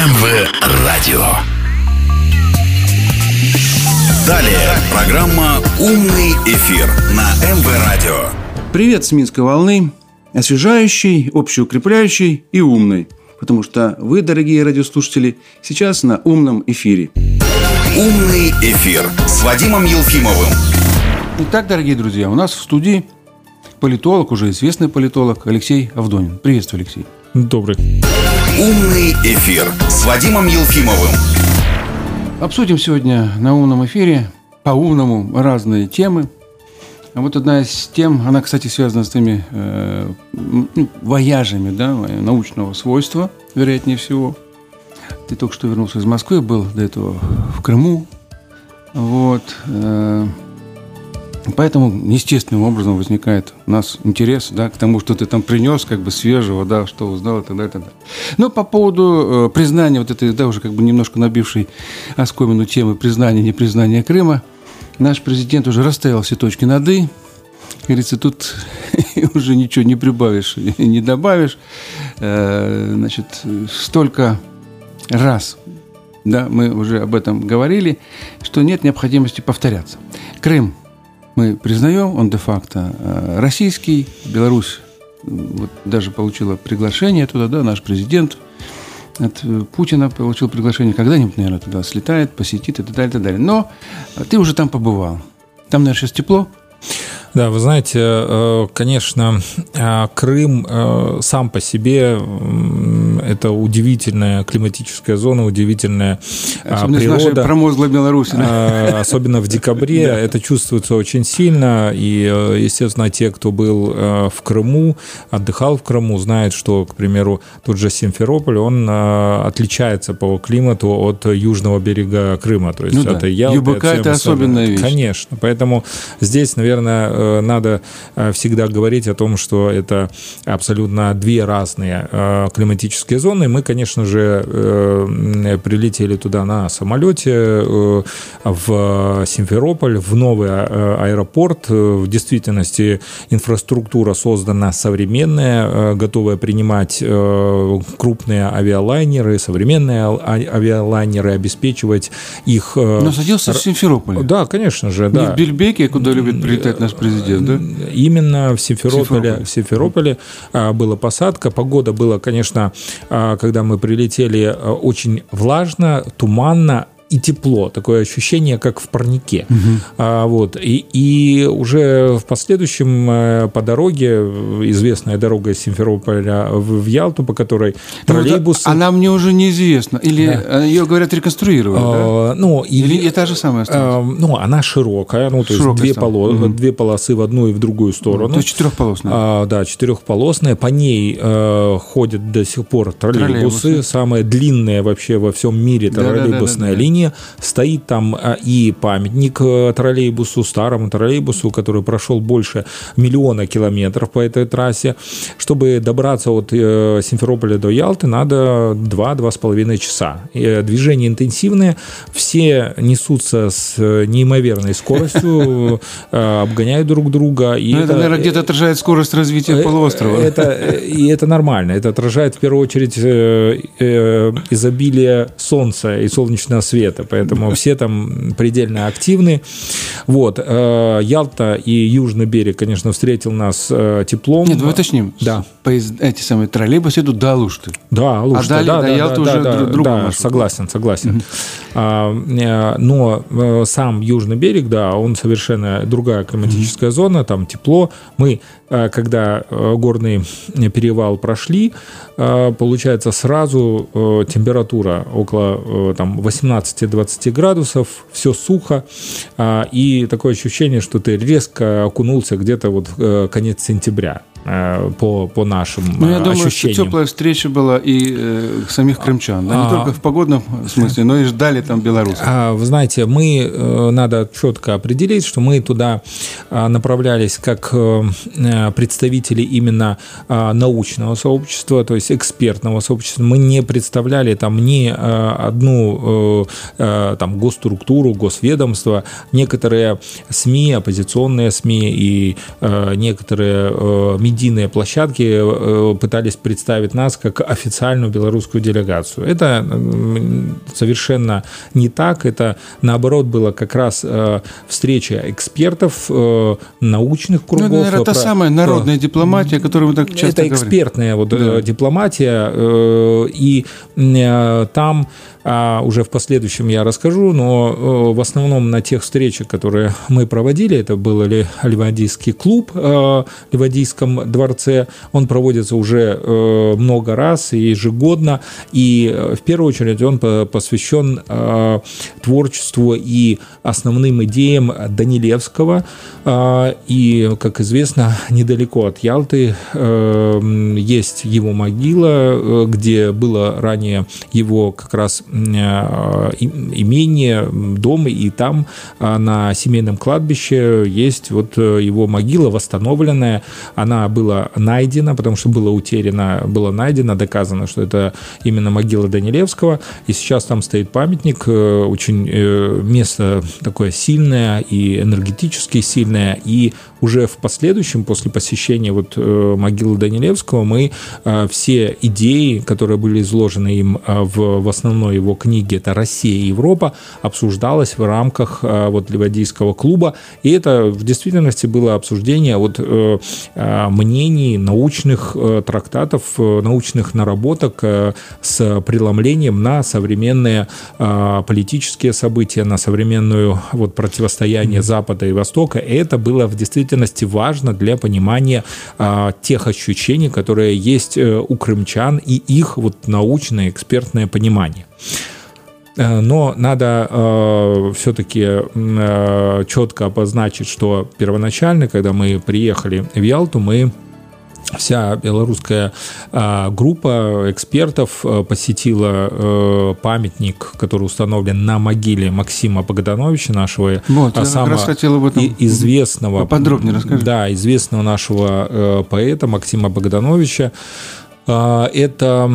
МВ Радио. Далее программа «Умный эфир» на МВ Радио. Привет с Минской волны, освежающий, общеукрепляющий и умный. Потому что вы, дорогие радиослушатели, сейчас на умном эфире. «Умный эфир» с Вадимом Елфимовым. Итак, дорогие друзья, у нас в студии политолог, уже известный политолог Алексей Авдонин. Приветствую, Алексей. Добрый. «Умный эфир» с Вадимом Елфимовым. Обсудим сегодня на умном эфире по-умному разные темы. А вот одна из тем, она, кстати, связана с теми вояжами, да, научного свойства, вероятнее всего. Ты только что вернулся из Москвы, был до этого в Крыму. Вот. Поэтому естественным образом возникает у нас интерес, да, к тому, что ты там принес, как бы свежего, да, что узнал и так далее, и так далее. Но по поводу признания вот этой, да, уже как бы немножко набившей оскомину темы признания, непризнания Крыма, наш президент уже расставил все точки над «и». Говорится, тут уже ничего не прибавишь и не добавишь. Значит, столько раз, да, мы уже об этом говорили, что нет необходимости повторяться. Крым мы признаем, он де-факто российский. Беларусь вот даже получила приглашение туда, да, наш президент от Путина получил приглашение. Когда-нибудь, наверное, туда слетает, посетит и так далее, и так далее. Но ты уже там побывал. Там, наверное, сейчас тепло. Да, вы знаете, конечно, Крым сам по себе – это удивительная климатическая зона, удивительная особенно природа. Особенно в нашей промозглой Беларуси. Да? Особенно в декабре это чувствуется очень сильно. И, естественно, те, кто был в Крыму, отдыхал в Крыму, знают, что, к примеру, тот же Симферополь, он отличается по климату от южного берега Крыма. То есть это Ялта. ЮБК – это особенная вещь. Конечно. Поэтому здесь, наверное, надо всегда говорить о том, что это абсолютно две разные климатические зоны. Мы, конечно же, прилетели туда на самолете в Симферополь, в новый аэропорт. В действительности инфраструктура создана современная, готовая принимать крупные авиалайнеры, современные авиалайнеры, обеспечивать их... Но садился в Симферополе. Да, конечно же. Да. Не в Бельбеке, куда любит прилетать наш президент, да? Именно в Симферополе была посадка. Погода была, конечно, когда мы прилетели, очень влажно, туманно и тепло. Такое ощущение, как в парнике. Вот. И уже в последующем по дороге, известная дорога из Симферополя в Ялту, по которой троллейбусы... Она мне уже неизвестна. Или ее, говорят, реконструировали, да? Или та же самая осталась? Она широкая. То есть две полосы в одну и в другую сторону. То есть четырехполосная. Да, четырехполосная. По ней ходят до сих пор троллейбусы. Самая длинная вообще во всем мире троллейбусная линия. Стоит там и памятник троллейбусу, старому троллейбусу, который прошел больше 1 миллиона километров по этой трассе. Чтобы добраться от Симферополя до Ялты, надо 2-2,5 часа. Движения интенсивные, все несутся с неимоверной скоростью, обгоняют друг друга. Это, наверное, где-то отражает скорость развития полуострова. И это нормально. Это отражает, в первую очередь, изобилие солнца и солнечного света. Поэтому все там предельно активны. Вот. Ялта и южный берег, конечно, встретил нас теплом. Нет, давай уточним. Да. Эти самые троллейбусы идут до Алушты. Да, Алушта. А до Ялты уже другой маршрут. Согласен. Но сам южный берег, да, он совершенно другая климатическая зона, там тепло. Мы, когда горный перевал прошли, получается, сразу температура около 18-20 градусов, все сухо, и такое ощущение, что ты резко окунулся где-то вот в конец сентября. По нашим ощущениям. Я думаю, что теплая встреча была и самих крымчан, да? Не только в погодном смысле, но и ждали там белорусов. Вы знаете, надо четко определить, что мы туда направлялись как представители именно научного сообщества, то есть экспертного сообщества. Мы не представляли там ни одну там госструктуру, госведомство. Некоторые СМИ, оппозиционные СМИ и некоторые медийные медийные площадки пытались представить нас как официальную белорусскую делегацию. Это совершенно не так. Это, наоборот, было как раз встреча экспертов, научных кругов. Ну, наверное, та самая народная дипломатия, о которой мы так часто говорим. Это экспертная дипломатия, и там уже в последующем я расскажу, но в основном на тех встречах, которые мы проводили, это был Ливадийский клуб в Ливадийском дворце, он проводится уже много раз и ежегодно, и в первую очередь он посвящен творчеству и основным идеям Данилевского, и, как известно, недалеко от Ялты есть его могила, где было ранее его как раз имение, дом, и там на семейном кладбище есть вот его могила восстановленная. Она была найдена, потому что была найдена, доказано, что это именно могила Данилевского, и сейчас там стоит памятник, очень место такое сильное и энергетически сильное, и уже в последующем, после посещения вот могилы Данилевского, мы все идеи, которые были изложены им в основной его книге, это «Россия и Европа», обсуждалось в рамках вот Ливадийского клуба, и это в действительности было обсуждение вот мнений, научных трактатов, научных наработок с преломлением на современные политические события, на современную вот противостояние Запада и Востока, и это было в действительности важно для понимания тех ощущений, которые есть у крымчан, и их вот научное, экспертное понимание. Но надо все-таки четко обозначить, что первоначально, когда мы приехали в Ялту, вся белорусская группа экспертов посетила памятник, который установлен на могиле Максима Богдановича, нашего самого известного, поподробнее расскажи. Да, известного нашего поэта Максима Богдановича. Это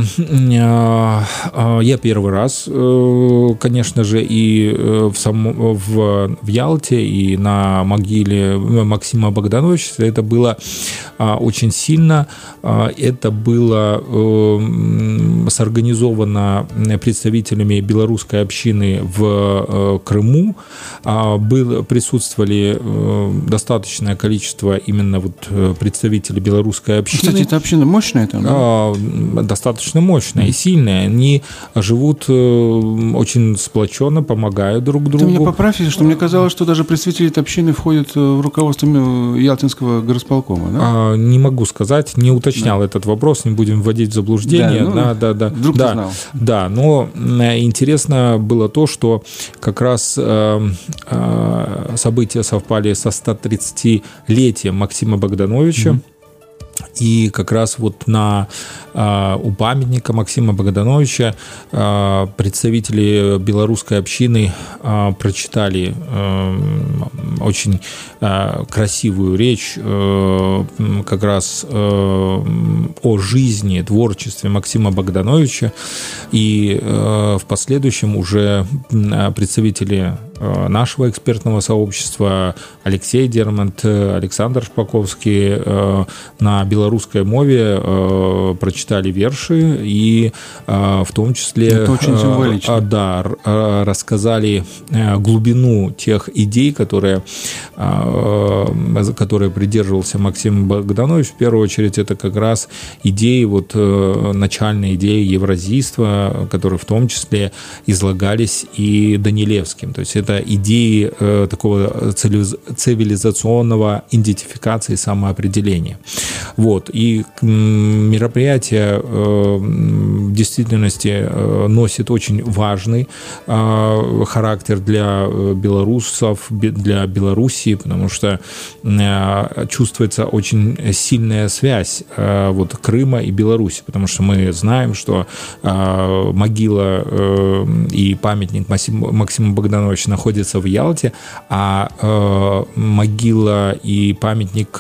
я первый раз, конечно же, и в Ялте, и на могиле Максима Богдановича. Это было очень сильно. Это было сорганизовано представителями белорусской общины в Крыму. Присутствовали достаточное количество именно вот представителей белорусской общины. Кстати, эта община мощная там? Достаточно мощная и сильная. Они живут очень сплоченно, помогают друг другу. Ты меня поправь, что мне казалось, что даже представители этой общины входят в руководство Ялтинского горосполкома. Да? Не могу сказать, не уточнял этот вопрос, не будем вводить в заблуждение. Да. Вдруг ты знал. Да, но интересно было то, что как раз события совпали со 130-летием Максима Богдановича. И как раз вот у памятника Максима Богдановича представители белорусской общины прочитали очень красивую речь как раз о жизни, творчестве Максима Богдановича. И в последующем уже представители нашего экспертного сообщества Алексей Александр Шпаковский на белорусской мове прочитали верши и в том числе рассказали глубину тех идей, которые придерживался Максим Богданович. В первую очередь это как раз идеи, начальные идеи евразийства, которые в том числе излагались и Данилевским. То есть это идеи такого цивилизационного идентификации и самоопределения. И мероприятие в действительности носит очень важный характер для белорусов, для Белоруссии, потому что чувствуется очень сильная связь Крыма и Беларуси, потому что мы знаем, что могила и памятник Максима Богдановича находится в Ялте, а могила и памятник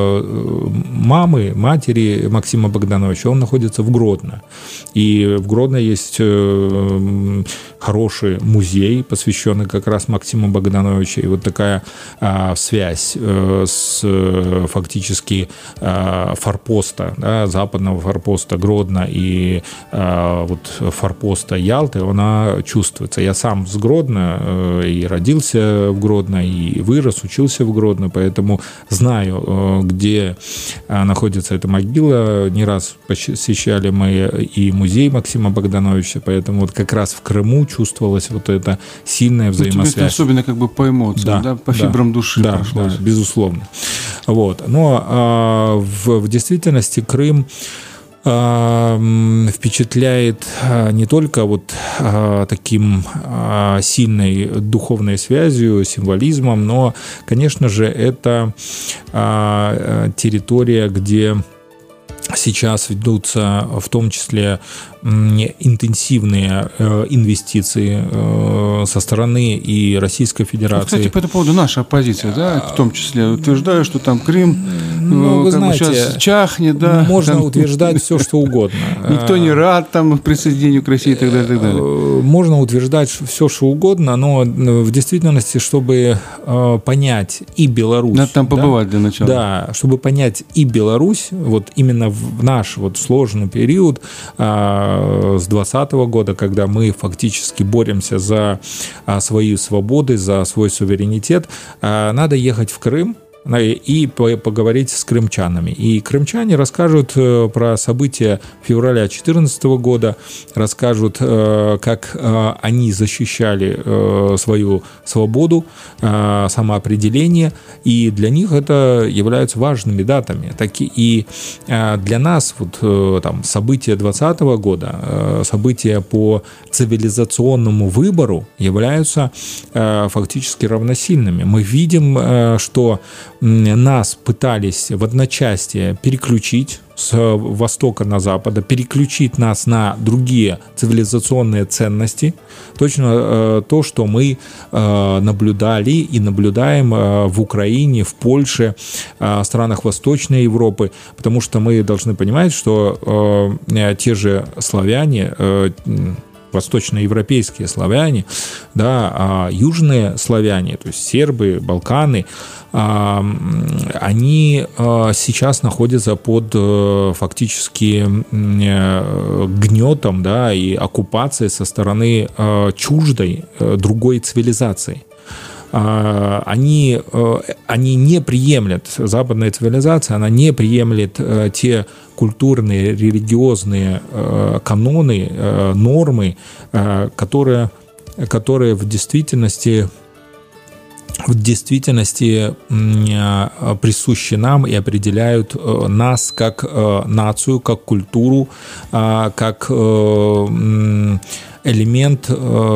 матери Максима Богдановича, он находится в Гродно. И в Гродно есть хороший музей, посвященный как раз Максиму Богдановичу. И вот такая связь с фактически форпоста, да, западного форпоста Гродно и вот форпоста Ялты, она чувствуется. Я сам с Гродно и родился в Гродно, и вырос, учился в Гродно, поэтому знаю, где находится эта могила. Не раз посещали мы и музей Максима Богдановича, поэтому вот как раз в Крыму чувствовалась вот эта сильная взаимосвязь. Тебе это особенно как бы по эмоциям, да, по фибрам души прошлось. Да, безусловно. Вот. Но в действительности Крым впечатляет не только вот таким сильной духовной связью, символизмом, но, конечно же, это территория, где сейчас ведутся в том числе интенсивные инвестиции со стороны и Российской Федерации. Кстати, по этому поводу наша оппозиция, да, в том числе утверждает, что там Крым вы знаете, сейчас чахнет, да. Можно там, утверждать все, что угодно. Никто не рад там присоединению к России и так далее, и так далее. Можно утверждать все, что угодно, но в действительности, чтобы понять и Беларусь... Надо там побывать для начала. Да, чтобы понять и Беларусь, вот именно в наш вот сложный период с 2020 года, когда мы фактически боремся за свои свободы, за свой суверенитет, надо ехать в Крым и поговорить с крымчанами. И крымчане расскажут про события февраля 2014 года, расскажут, как они защищали свою свободу, самоопределение, и для них это являются важными датами. И для нас вот, там, события 2020 года, события по цивилизационному выбору являются фактически равносильными. Мы видим, что нас пытались в одночасье переключить с востока на запад, переключить нас на другие цивилизационные ценности. Точно то, что мы наблюдали и наблюдаем в Украине, в Польше, странах Восточной Европы, потому что мы должны понимать, что те же славяне, восточноевропейские славяне, да, южные славяне, то есть сербы, Балканы, они сейчас находятся под фактически гнетом, да, и оккупацией со стороны чуждой другой цивилизации. Они не приемлят, западная цивилизация, она не приемлет те культурные, религиозные каноны, нормы, которые в действительности присущи нам и определяют нас как нацию, как культуру, как элемент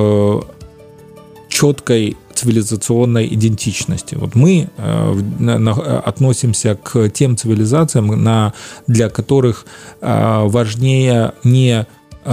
четкой цивилизационной идентичности. Вот мы относимся к тем цивилизациям, для которых важнее не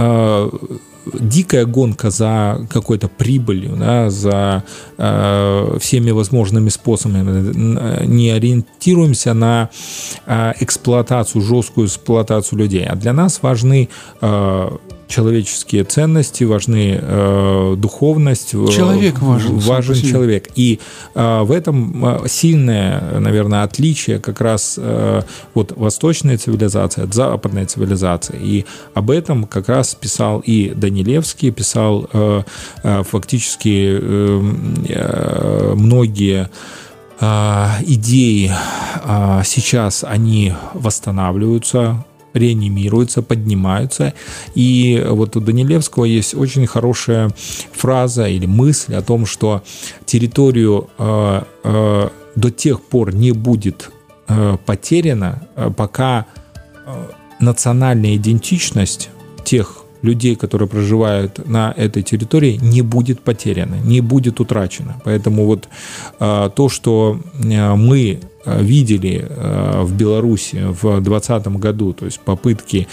дикая гонка за какой-то прибылью, да, за всеми возможными способами, не ориентируемся на эксплуатацию, жесткую эксплуатацию людей, а для нас важны человеческие ценности, важны духовность. Человек важен человек. И в этом сильное, наверное, отличие как раз от восточной цивилизации от западной цивилизации. И об этом как раз писал и Данилевский, писал фактически многие идеи. Сейчас они восстанавливаются, реанимируются, поднимаются. И вот у Данилевского есть очень хорошая фраза или мысль о том, что территорию до тех пор не будет потеряна, пока национальная идентичность тех людей, которые проживают на этой территории, не будет потеряна, не будет утрачена. Поэтому вот то, что мы видели в Беларуси в 2020 году, то есть попытки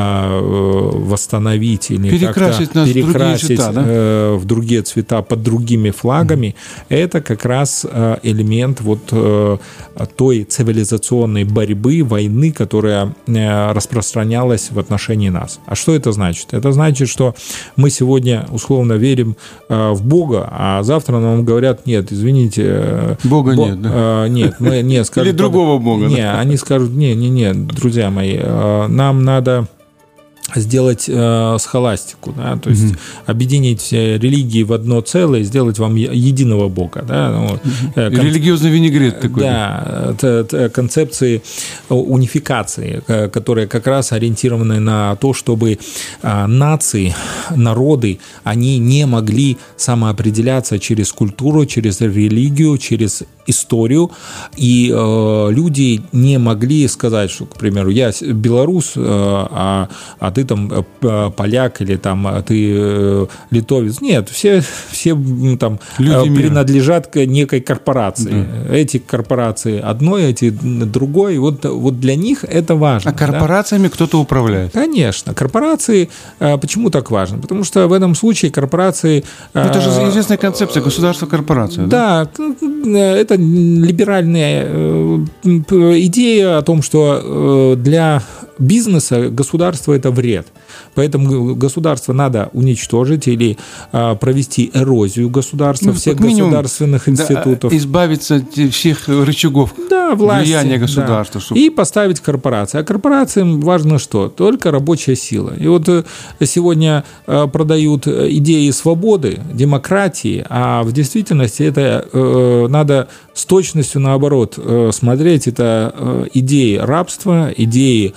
восстановить или перекрасить как-то перекрасить цвета, да? В другие цвета под другими флагами, это как раз элемент вот той цивилизационной борьбы, войны, которая распространялась в отношении нас. А что это значит? Это значит, что мы сегодня условно верим в Бога, а завтра нам говорят: нет, извините, Бога нет, да? Нет, мы не скажем. Или другого Бога. Не, да? они скажут: не, друзья мои, нам надо сделать схоластику, да, то есть объединить все религии в одно целое, сделать вам единого Бога. Да, религиозный винегрет такой. Да, концепции унификации, которые как раз ориентированы на то, чтобы нации, народы, они не могли самоопределяться через культуру, через религию, через историю, и люди не могли сказать, что, к примеру, я белорус, а ты там поляк или там ты литовец. Нет, все там принадлежат к некой корпорации. Да. Эти корпорации одной, эти другой. Вот для них это важно. А корпорациями кто-то управляет? Конечно. Корпорации, почему так важно? Потому что в этом случае корпорации... Это же известная концепция государства-корпорация. Да, это либеральная идея о том, что для бизнеса государство – это вред. Поэтому государство надо уничтожить или провести эрозию государства, всех государственных институтов. Да, избавиться от всех рычагов влияния государства. Да. Чтобы... И поставить корпорации. А корпорациям важно что? Только рабочая сила. И вот сегодня продают идеи свободы, демократии, а в действительности это надо с точностью наоборот смотреть. Это идеи рабства, идеи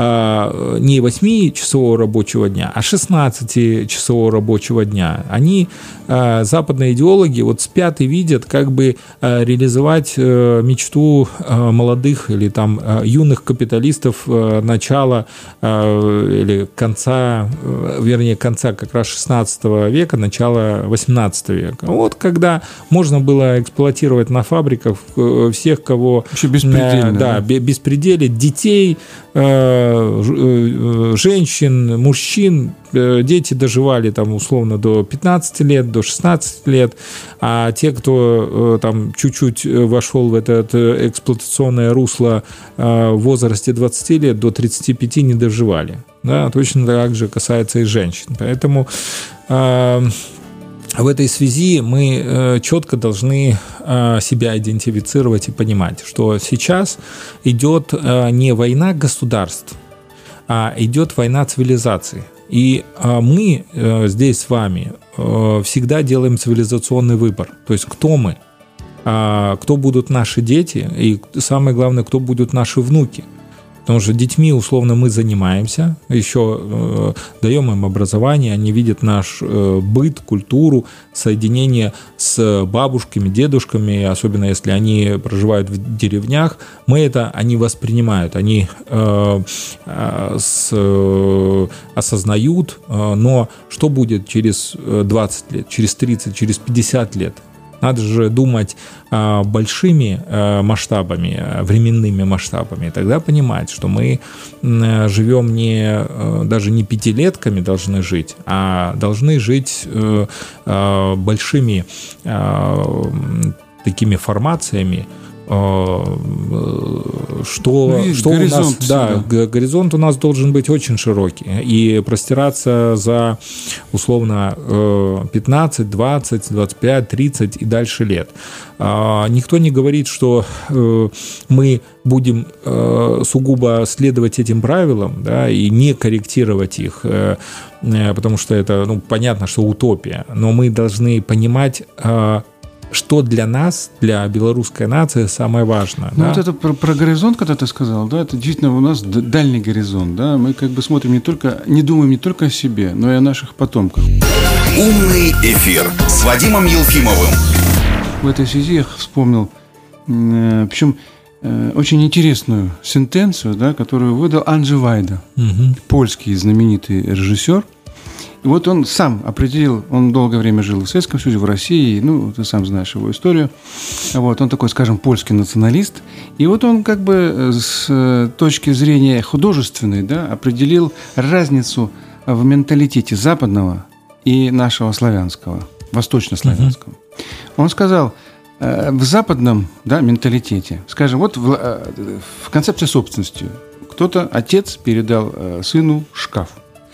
не 8-часового рабочего дня, а 16-часового рабочего дня. Они, западные идеологи, вот спят и видят, как бы реализовать мечту молодых или там юных капиталистов начала или конца как раз 16 века, начала 18 века. Вот когда можно было эксплуатировать на фабриках всех, кого... беспределить детей, женщин, мужчин. Дети доживали там условно до 15 лет, до 16 лет, а те, кто там чуть-чуть вошел в это эксплуатационное русло в возрасте 20 лет, до 35 не доживали. Да, точно так же касается и женщин. Поэтому в этой связи мы четко должны себя идентифицировать и понимать, что сейчас идет не война государств, а идет война цивилизаций. И мы здесь с вами всегда делаем цивилизационный выбор. То есть кто мы, кто будут наши дети и самое главное, кто будут наши внуки. Потому что детьми, условно, мы занимаемся, еще даем им образование, они видят наш быт, культуру, соединение с бабушками, дедушками, особенно если они проживают в деревнях, они воспринимают, они осознают, но что будет через 20 лет, через 30, через 50 лет? Надо же думать большими масштабами, временными масштабами, тогда понимать, что мы живем даже не пятилетками должны жить, а должны жить большими такими формациями, горизонт у нас должен быть очень широкий и простираться за условно 15, 20, 25, 30 и дальше лет. Никто не говорит, что мы будем сугубо следовать этим правилам, да, и не корректировать их, потому что это, понятно, что утопия, но мы должны понимать, что для нас, для белорусской нации самое важное. Да? Вот это про горизонт, когда ты сказал, да, это действительно у нас дальний горизонт, да, мы как бы смотрим не думаем не только о себе, но и о наших потомках. Умный эфир с Вадимом Елфимовым. В этой связи я вспомнил, причем очень интересную сентенцию, да, которую выдал Анджей Вайда, польский знаменитый режиссер. И вот он сам определил, он долгое время жил в Советском Союзе, в России, ну, ты сам знаешь его историю. Вот, он такой, скажем, польский националист. И вот он как бы с точки зрения художественной, да, определил разницу в менталитете западного и нашего славянского, восточнославянского. Он сказал, в западном, да, менталитете, скажем, вот в концепции собственности, кто-то, отец, передал сыну шкаф.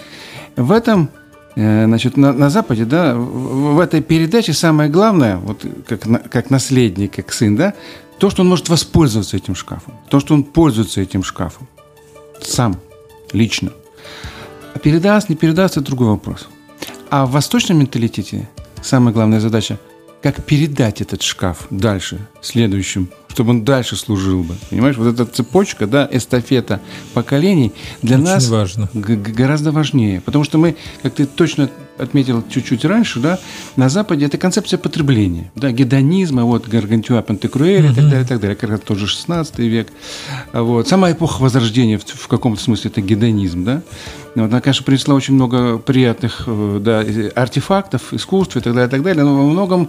В этом, значит, на Западе, да, в этой передаче самое главное, вот как наследник, как сын, да, то, что он может воспользоваться этим шкафом, то, что он пользуется этим шкафом сам, лично. А передаст, не передаст – это другой вопрос. А в восточном менталитете самая главная задача – как передать этот шкаф дальше, следующим, чтобы он дальше служил бы. Понимаешь, вот эта цепочка, да, эстафета поколений для очень нас важно. Гораздо важнее. Потому что мы, как ты точно отметил чуть-чуть раньше, да, на Западе это концепция потребления, да, гедонизма, вот Гаргантюа, Пантекруэль и так далее, как раз тоже 16 век. Вот. Сама эпоха Возрождения в каком-то смысле это гедонизм, да. Вот, она, конечно, принесла очень много приятных, да, артефактов, искусств и так далее, но во многом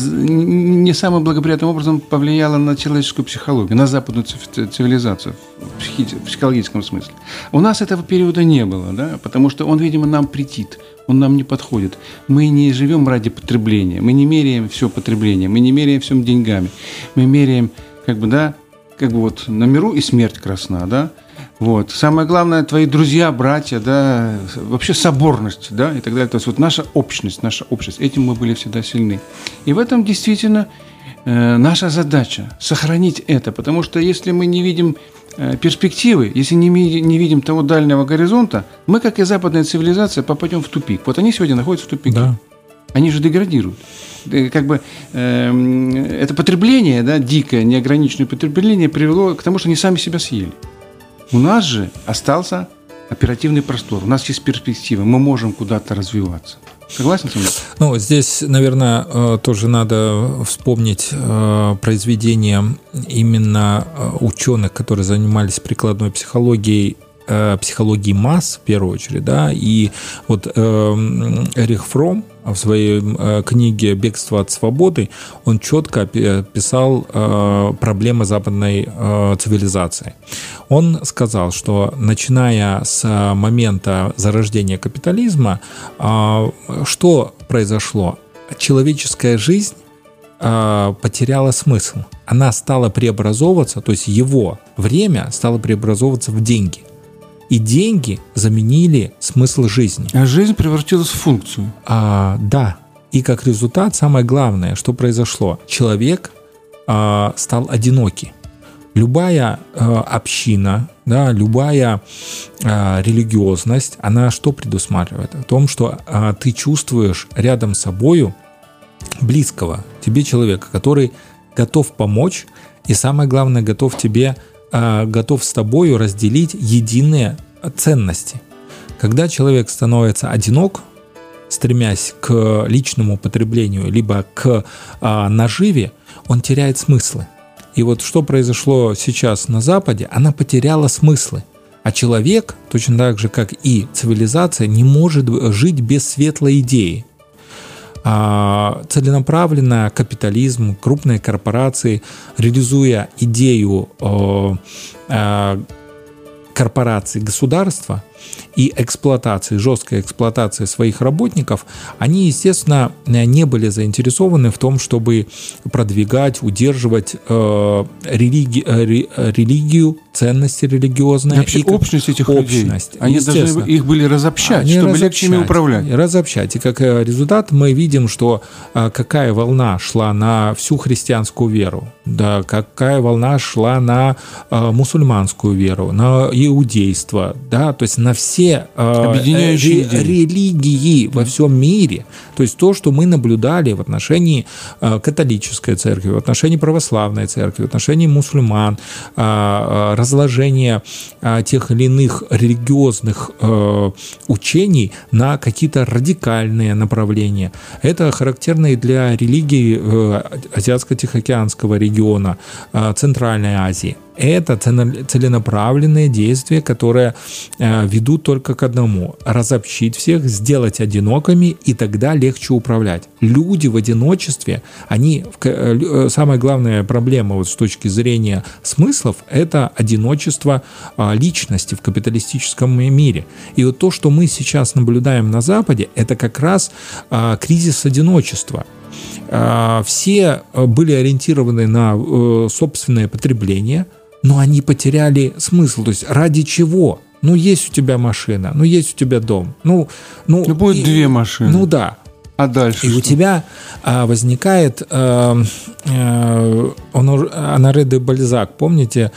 не самым благоприятным образом повлияла на человеческую психологию, на западную цивилизацию в психологическом смысле. У нас этого периода не было, да, потому что он, видимо, нам претит, он нам не подходит. Мы не живем ради потребления, мы не меряем все потребление, мы не меряем все деньгами, мы меряем, как бы, да, как бы вот на миру и смерть красна, да. Вот. Самое главное, твои друзья, братья, да, вообще соборность, да, и так далее. То есть вот наша общность, этим мы были всегда сильны. И в этом действительно наша задача – сохранить это, потому что если мы не видим перспективы, если не видим того дальнего горизонта, мы, как и западная цивилизация, попадем в тупик. Вот они сегодня находятся в тупике. Да. Они же деградируют. Как бы это потребление, да, дикое, неограниченное потребление привело к тому, что они сами себя съели. У нас же остался оперативный простор, у нас есть перспектива, мы можем куда-то развиваться. Согласен с вами? Ну, здесь, наверное, тоже надо вспомнить произведения именно ученых, которые занимались прикладной психологией масс, в первую очередь, да, и вот Эрих Фромм в своей книге «Бегство от свободы» он четко описал проблемы западной цивилизации. Он сказал, что начиная с момента зарождения капитализма, что произошло? Человеческая жизнь потеряла смысл. Она стала преобразовываться, то есть его время стало преобразовываться в деньги. И деньги заменили смысл жизни. А жизнь превратилась в функцию. Да. И как результат, самое главное, что произошло, человек стал одинокий. Любая община, да, любая религиозность, она что предусматривает? В том, что ты чувствуешь рядом с собою близкого тебе человека, который готов помочь и, самое главное, готов с тобою разделить единые ценности. Когда человек становится одинок, стремясь к личному потреблению, либо к наживе, он теряет смыслы. И вот что произошло сейчас на Западе, она потеряла смыслы. А человек, точно так же, как и цивилизация, не может жить без светлой идеи. Целенаправленно капитализм, крупные корпорации, реализуя идею корпораций государства и жесткой эксплуатации своих работников, они, естественно, не были заинтересованы в том, чтобы продвигать, удерживать религию, ценности религиозные. И вообще общность этих людей. Они должны их были разобщать, чтобы легче ими управлять. Разобщать. И как результат мы видим, что какая волна шла на всю христианскую веру, да, какая волна шла на мусульманскую веру, на иудейство, да, то есть на все религии во всем мире. То есть то, что мы наблюдали в отношении католической церкви, в отношении православной церкви, в отношении мусульман, разложение тех или иных религиозных учений на какие-то радикальные направления. Это характерно и для религий Азиатско-Тихоокеанского региона, Центральной Азии. это целенаправленные действия, которые ведут только к одному – разобщить всех, сделать одинокими, и тогда легче управлять. Люди в одиночестве, самая главная проблема вот с точки зрения смыслов – это одиночество личности в капиталистическом мире. И вот то, что мы сейчас наблюдаем на Западе, это как раз кризис одиночества. Все были ориентированы на собственное потребление, но они потеряли смысл. То есть ради чего? Есть у тебя машина, есть у тебя дом. Будет две машины. Да. А дальше и что? У тебя возникает Оноре де Бальзак, помните,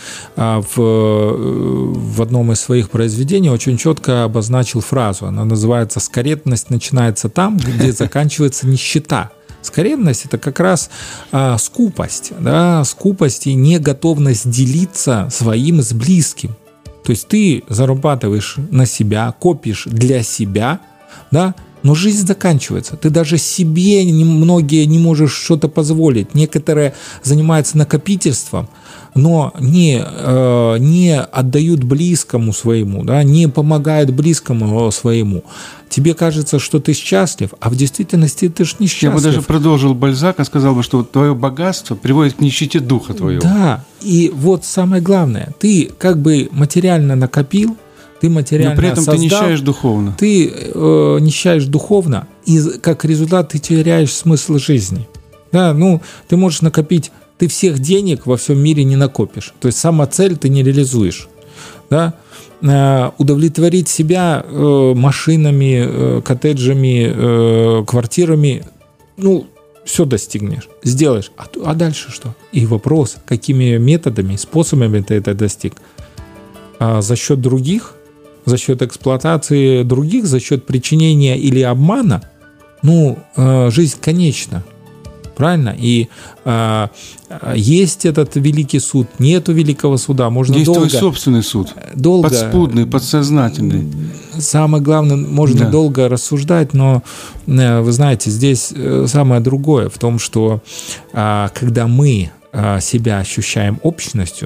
в одном из своих произведений очень четко обозначил фразу. Она называется «Скорректность начинается там, где заканчивается нищета». Скорректность – это как раз скупость, да, скупость и неготовность делиться своим с близким. То есть ты зарабатываешь на себя, копишь для себя, да, но жизнь заканчивается. Ты даже себе многие не можешь что-то позволить. Некоторые занимаются накопительством, но не отдают близкому своему, да, не помогают близкому своему. Тебе кажется, что ты счастлив, а в действительности ты же несчастлив. Я бы даже продолжил Бальзака, сказал бы, что твое богатство приводит к нищете духа твоего. Да, и вот самое главное, ты как бы материально накопил, ты материально создал. Но при этом ты нищаешь духовно. Ты нищаешь духовно, и как результат ты теряешь смысл жизни. Да, ты можешь накопить, ты всех денег во всем мире не накопишь. То есть самоцель ты не реализуешь. Да? Удовлетворить себя машинами, коттеджами, квартирами, все достигнешь, сделаешь. А дальше что? И вопрос, какими методами, способами ты это достиг? За счет других? За счет эксплуатации других? За счет причинения или обмана? Жизнь конечна. Правильно? И есть этот великий суд, нету великого суда. Можно есть долго, твой собственный суд. Долго, подспудный, подсознательный. Самое главное, можно долго рассуждать, но вы знаете, здесь самое другое в том, что когда мы себя ощущаем общностью,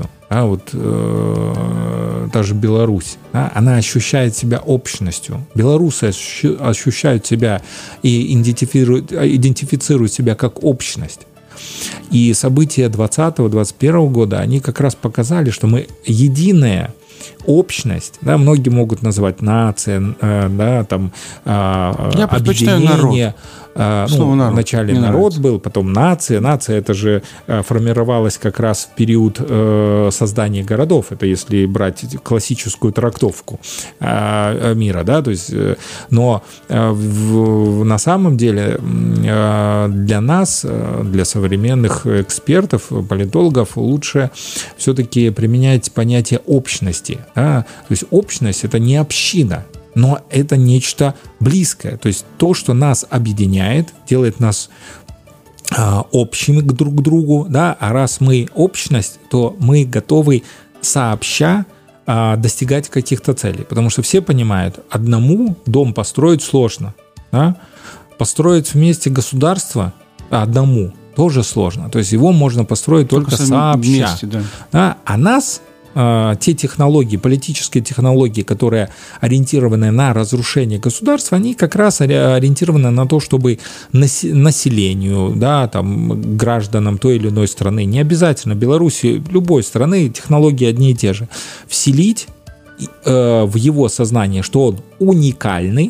даже Беларусь, она ощущает себя общностью. Белорусы ощущают себя и идентифицируют себя как общность. И события 2020-2021 года, они как раз показали, что мы единая общность, да, многие могут называть нация, Я предпочитаю объединение. Народ. Вначале Мне народ нравится. был, потом нация. Нация это же формировалась как раз в период создания городов. Это если брать классическую трактовку мира, да, то есть, но на самом деле для нас, для современных экспертов, политологов, лучше все-таки применять понятие общности. Да? То есть общность это не община, но это нечто близкое. То есть то, что нас объединяет, делает нас общими друг к другу. Да? А раз мы общность, то мы готовы сообща достигать каких-то целей. Потому что все понимают, одному дом построить сложно. Да? Построить вместе государство одному тоже сложно. То есть его можно построить только сообща. Вместе, да. Да? А нас... те технологии, политические технологии, которые ориентированы на разрушение государства, они как раз ориентированы на то, чтобы населению, да, там, гражданам той или иной страны, не обязательно Беларуси, любой страны, технологии одни и те же, вселить в его сознание, что он уникальный,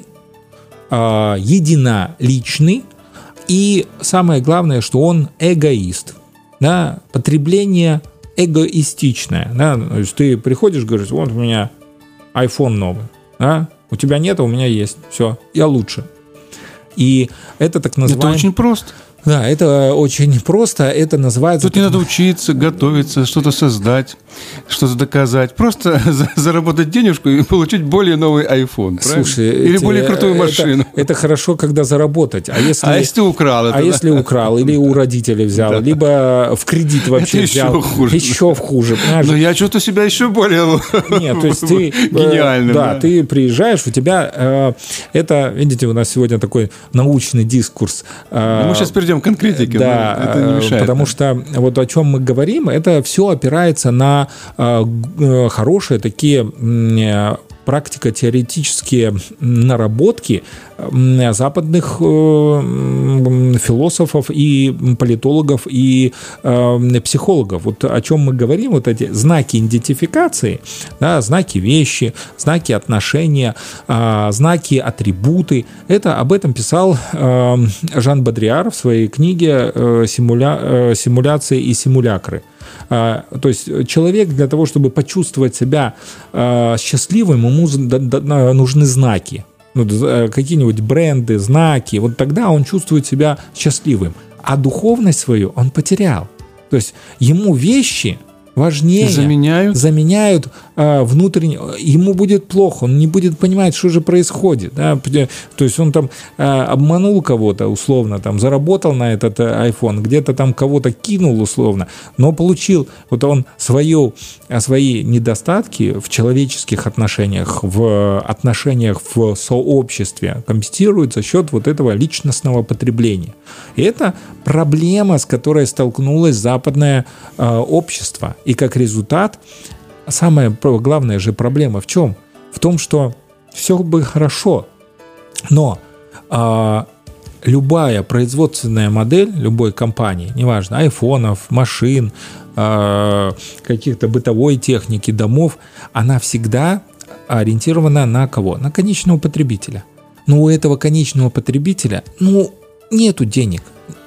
единоличный, и самое главное, что он эгоист. Да, потребление эгоистичная, да, то есть ты приходишь, говоришь, вот у меня iPhone новый, да, у тебя нет, а у меня есть, все, я лучше. И это так называемый... Это очень просто. Да, это очень просто, это называется... Тут не надо учиться, готовиться, что-то создать, что-то доказать. Просто заработать денежку и получить более новый iPhone, Слушай, или более крутую машину. Это хорошо, когда заработать. А если ты украл это? А если украл, или у родителей взял, либо в кредит вообще это взял. Еще хуже. Но я чувствую себя еще более Нет, то есть ты гениальным. Да, ты приезжаешь, у тебя это, видите, у нас сегодня такой научный дискурс. Мы сейчас перейдем перейдем к конкретике. Да, это не мешает. Потому что вот о чем мы говорим, это все опирается на хорошие такие практико-теоретические наработки западных философов и политологов и психологов. Вот о чем мы говорим, вот эти знаки идентификации, да, знаки вещи, знаки отношения, знаки атрибуты. Об этом писал Жан Бодрияр в своей книге «Симуляции и симулякры». То есть человек для того, чтобы почувствовать себя счастливым, ему нужны знаки. Какие-нибудь бренды, знаки. Вот тогда он чувствует себя счастливым. А духовность свою он потерял. То есть ему вещи важнее, заменяют внутренне. Ему будет плохо, он не будет понимать, что же происходит. Да? То есть он там обманул кого-то условно, там, заработал на этот iPhone, где-то там кого-то кинул условно, но получил. Вот он свои недостатки в человеческих отношениях, в отношениях в сообществе компенсирует за счет вот этого личностного потребления. И это проблема, с которой столкнулось западное общество. И как результат, самая главная же проблема в чем? В том, что все бы хорошо, но любая производственная модель любой компании, неважно, айфонов, машин, каких-то бытовой техники, домов, она всегда ориентирована на кого? На конечного потребителя. Но у этого конечного потребителя, нету денег.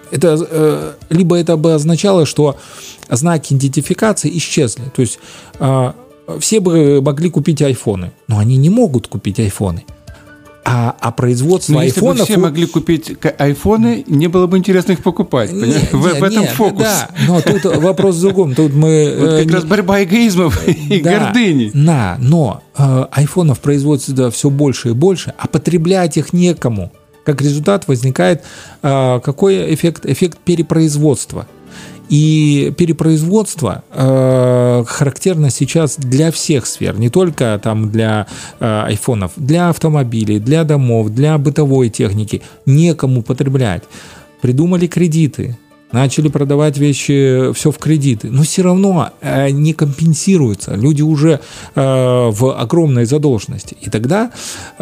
Либо это бы означало, что знаки идентификации исчезли. То есть все бы могли купить айфоны, но они не могут купить айфоны. А производство айфонов... Если бы все могли купить айфоны, не было бы интересно их покупать. В этом фокус. Да, но тут вопрос в другом. Тут мы... Вот как раз борьба эгоизмов и гордыни. Да, но айфонов производится все больше и больше, а потреблять их некому. Как результат возникает какой эффект? Эффект перепроизводства. И перепроизводство характерно сейчас для всех сфер, не только там для айфонов, для автомобилей, для домов, для бытовой техники. Некому потреблять. Придумали кредиты, начали продавать вещи все в кредиты, но все равно не компенсируются. Люди уже в огромной задолженности. И тогда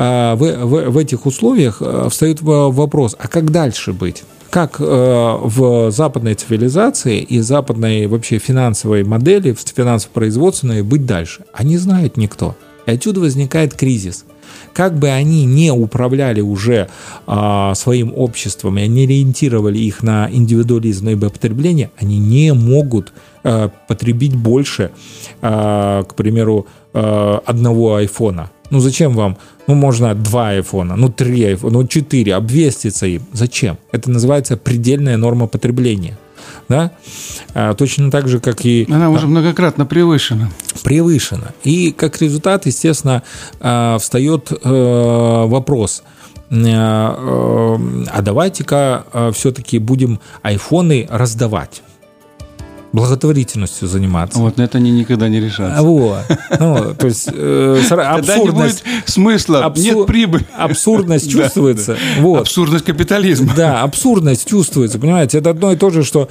в этих условиях встает вопрос, а как дальше быть? Как в западной цивилизации и западной вообще финансовой модели, финансово-производственной быть дальше? А не знает никто. И отсюда возникает кризис. Как бы они не управляли уже своим обществом и не ориентировали их на индивидуализм и потребление, они не могут потребить больше, к примеру, одного айфона. Зачем вам? Можно 2 айфона, 3 айфона, 4, обвеститься им. Зачем? Это называется предельная норма потребления. Да? Точно так же, как и... Она уже многократно превышена. И как результат, естественно, встает вопрос, а давайте-ка все-таки будем айфоны раздавать. Благотворительностью заниматься. Вот на это они никогда не решатся. То есть абсурдность. Тогда не будет смысла, нет прибыли. Абсурдность чувствуется. Абсурдность капитализма. Да, абсурдность чувствуется, понимаете? Это одно и то же, что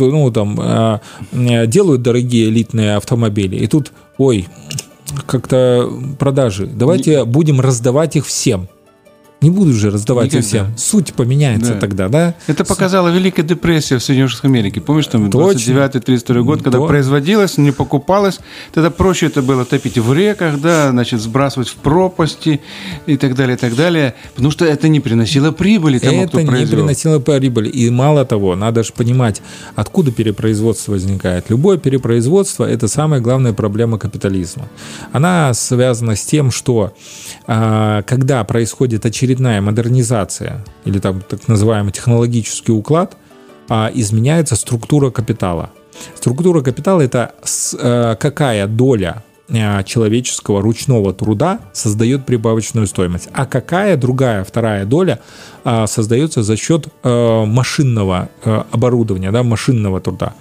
делают дорогие элитные автомобили, и тут, как-то продажи. Давайте будем раздавать их всем. Не буду же раздавать всем. Суть поменяется тогда, да? Это показала Великая депрессия в Соединенных Штатах Америки. Помнишь, там 29-32 год, когда производилось, не покупалось, тогда проще это было топить в реках, да, сбрасывать в пропасти и так далее, и так далее. Потому что это не приносило прибыли тому, кто произвел. Это не приносило прибыли. И мало того, надо же понимать, откуда перепроизводство возникает. Любое перепроизводство – это самая главная проблема капитализма. Она связана с тем, что когда происходит очередная модернизация или там так называемый технологический уклад, изменяется структура капитала. Структура капитала – это какая доля человеческого ручного труда создает прибавочную стоимость, а какая другая, вторая доля создается за счет машинного оборудования, да, машинного труда.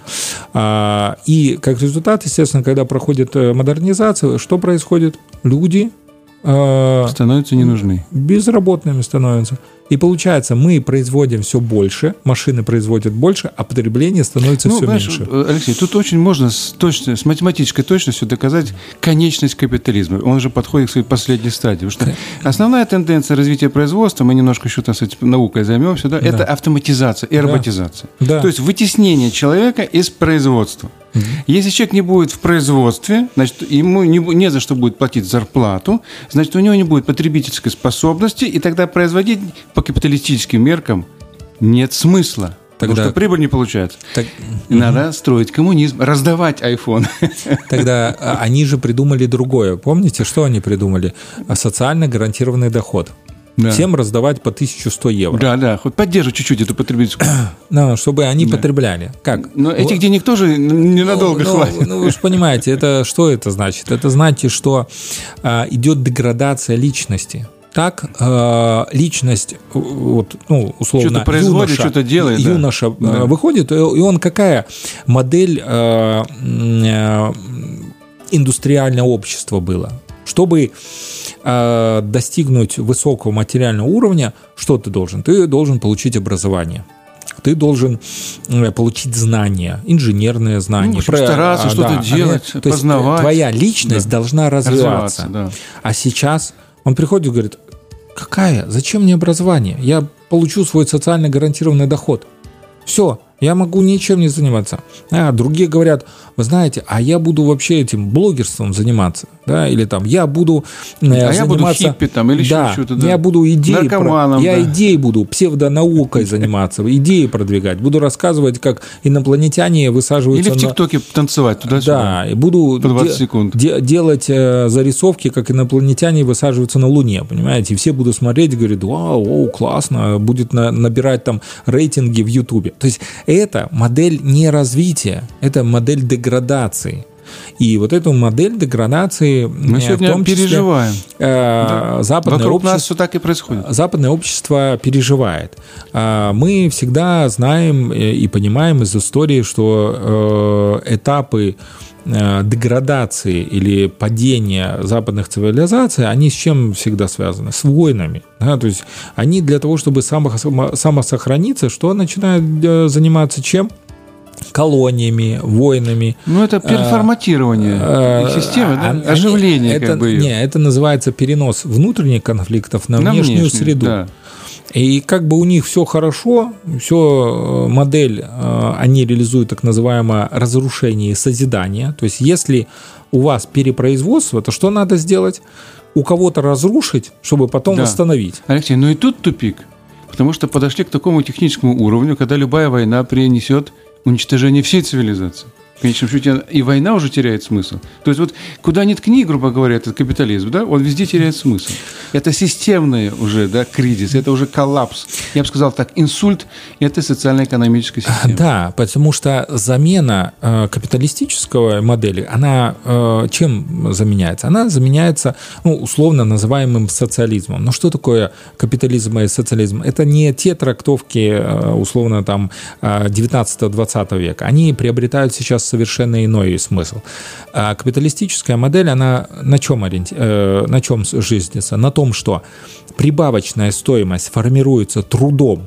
И как результат, естественно, когда проходит модернизация, что происходит? Люди становятся не нужны. Безработными становятся. И получается, мы производим все больше, машины производят больше, а потребление становится все меньше. Алексей, тут очень можно с математической точностью доказать конечность капитализма. Он уже подходит к своей последней стадии. Потому что основная тенденция развития производства, мы немножко еще там, кстати, наукой займемся, да, это автоматизация и роботизация. Да. То есть вытеснение человека из производства. Если человек не будет в производстве, значит, ему не за что будет платить зарплату, значит, у него не будет потребительской способности, и тогда производить по капиталистическим меркам нет смысла. Потому что прибыль не получается. Надо строить коммунизм, раздавать iPhone. Тогда они же придумали другое. Помните, что они придумали? Социально гарантированный доход. Да. Всем раздавать по 1100 евро. Да, хоть поддерживать чуть-чуть эту потребительскую. Чтобы они потребляли. Как? Но этих денег тоже ненадолго хватит. Вы же понимаете, что это значит? Это значит, что идет деградация личности. Так, личность, условно, что-то производит, что-то делает, юноша выходит, и он какая модель индустриального общества была? Чтобы достигнуть высокого материального уровня, что ты должен? Ты должен получить образование. Ты должен получить знания, инженерные знания. Стараться что-то делать, познавать. Твоя личность должна развиваться. Да. А сейчас он приходит и говорит: какая? Зачем мне образование? Я получу свой социально гарантированный доход. Все, я могу ничем не заниматься. Другие говорят: вы знаете, я буду вообще этим блогерством заниматься, да, или там я буду заниматься... я буду хиппи там, или еще что-то. Да, я буду наркоманом. Идеей буду, псевдонаукой заниматься, идеи продвигать. Буду рассказывать, как инопланетяне высаживаются... Или в ТикТоке танцевать туда-сюда. Да, и буду 20 секунд. делать зарисовки, как инопланетяне высаживаются на Луне, понимаете? И все будут смотреть и говорить: вау, классно, будет набирать там рейтинги в Ютубе. То есть это модель не развития, это модель деградации. И вот эту модель деградации мы сегодня в том числе переживаем. Вокруг нас все так и происходит. Западное общество переживает. Мы всегда знаем и понимаем из истории, что этапы деградации или падения западных цивилизаций, они с чем всегда связаны? С войнами. Да? То есть они для того, чтобы самосохраниться, что начинают заниматься чем? Колониями, войнами. Это переформатирование системы, оживление. Это называется перенос внутренних конфликтов на внешнюю среду. Да. И у них все хорошо, все модель они реализуют так называемое разрушение и созидание. То есть если у вас перепроизводство, то что надо сделать? У кого-то разрушить, чтобы потом восстановить. Алексей, и тут тупик. Потому что подошли к такому техническому уровню, когда любая война принесет уничтожение всей цивилизации. В конечном счете и война уже теряет смысл. То есть куда ни ткни, грубо говоря, этот капитализм, да, он везде теряет смысл. Это системный уже кризис, это уже коллапс. Я бы сказал так, инсульт этой социально-экономической системы. Да, потому что замена капиталистической модели, она чем заменяется? Она заменяется, условно называемым социализмом. Но что такое капитализм и социализм? Это не те трактовки, условно, 19-20 века. Они приобретают сейчас совершенно иной смысл. Капиталистическая модель, она на чем жизнится? На том, что прибавочная стоимость формируется трудом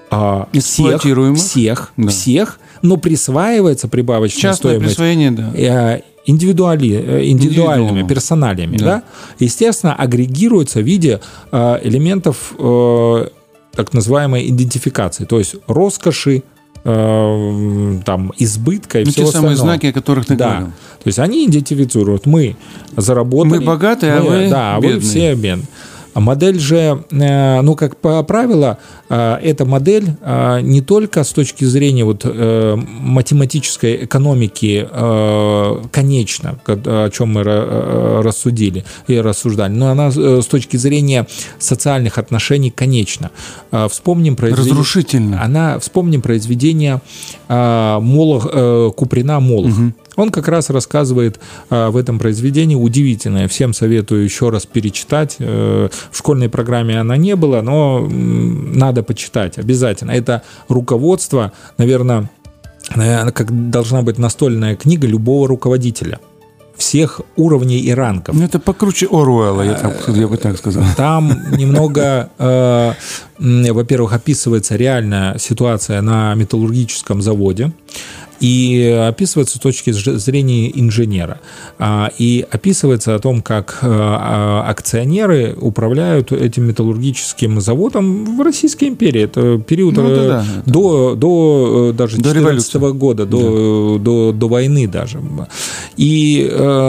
всех, но присваивается прибавочная частное стоимость присвоение, индивидуальными персоналиями. Да. Естественно, агрегируется в виде элементов так называемой идентификации, то есть роскоши, избытка и всего остального. Те самые знаки, о которых ты говорил. То есть они идентифицируют: мы заработали. Мы богатые, а вы вы все бедные. Модель же, как правило, эта модель не только с точки зрения математической экономики конечна, о чем мы рассудили и рассуждали, но она с точки зрения социальных отношений конечна. Вспомним произведение Куприна «Молох». Угу. Он как раз рассказывает в этом произведении удивительное. Всем советую еще раз перечитать. В школьной программе она не была, но надо почитать обязательно. Это руководство, наверное, как должна быть настольная книга любого руководителя. всех уровней и ранков. Это покруче Оруэлла, я бы так сказал. Там немного, во-первых, описывается реальная ситуация на металлургическом заводе. И описывается с точки зрения инженера. И описывается о том, как акционеры управляют этим металлургическим заводом в Российской империи. Это период до даже 2014 года, до войны даже. И